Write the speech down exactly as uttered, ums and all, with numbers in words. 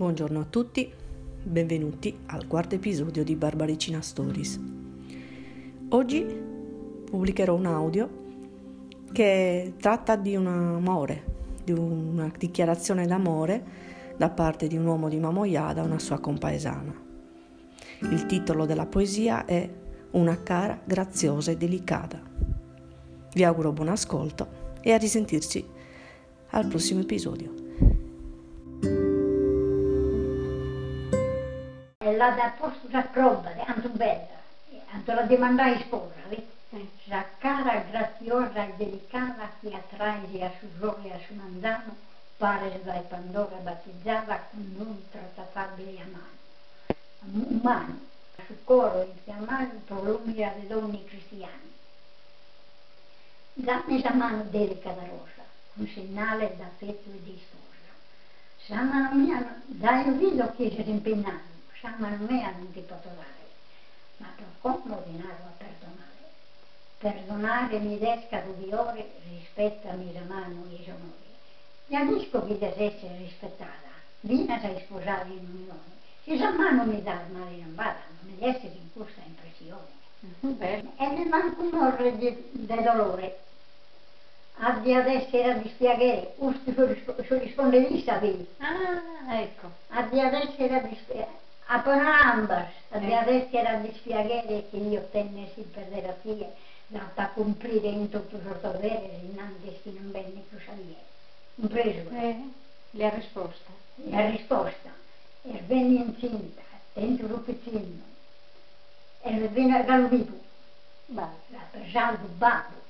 Buongiorno a tutti, benvenuti al quarto episodio di Barbaricina Stories. Oggi pubblicherò un audio che tratta di un amore, di una dichiarazione d'amore da parte di un uomo di Mamoiada a una sua compaesana. Il titolo della poesia è Una cara, graziosa e delicata. Vi auguro buon ascolto e a risentirci al prossimo episodio. La da posto da provare, anche bella, anche la demandai sposa, la cara, graziosa e delicata che attrae a su sole a su manzano, pare dai Pandora battezzata con un trattafabile a mano. Umano, su coro infiammato prolunga le donne cristiane. Dammi la mano delica da rosa, un segnale d'affetto e di sposa. Sanno mia, dai un viso che si impennato. Mano mia non ti posso dare, ma per come ordinarlo a perdonare. Perdonare mi desca rubiore, rispettami la mano e i onori. Capisco che deve essere rispettata, Vina sei sposata in unione. Se la mano mi dà male non vada, non mi deve essere in questa impressione. Mm-hmm. E mi manca un ordine di, di dolore. Abbia ad essere a dispiacere, su rispondevi sapevi. Ah, ecco. Abbia ad essere a dispiacere. A parambas, abbia detto era dispiacere che io tennessi per della figlia da cumplire in tutto il suo dovere innanzi che non venne più salire. Un preso. Eh, le ha risposta. Le ha risposta. E venne incinta, dentro il piccino. E venne a Galubipo. Bah. La pesava il babbo.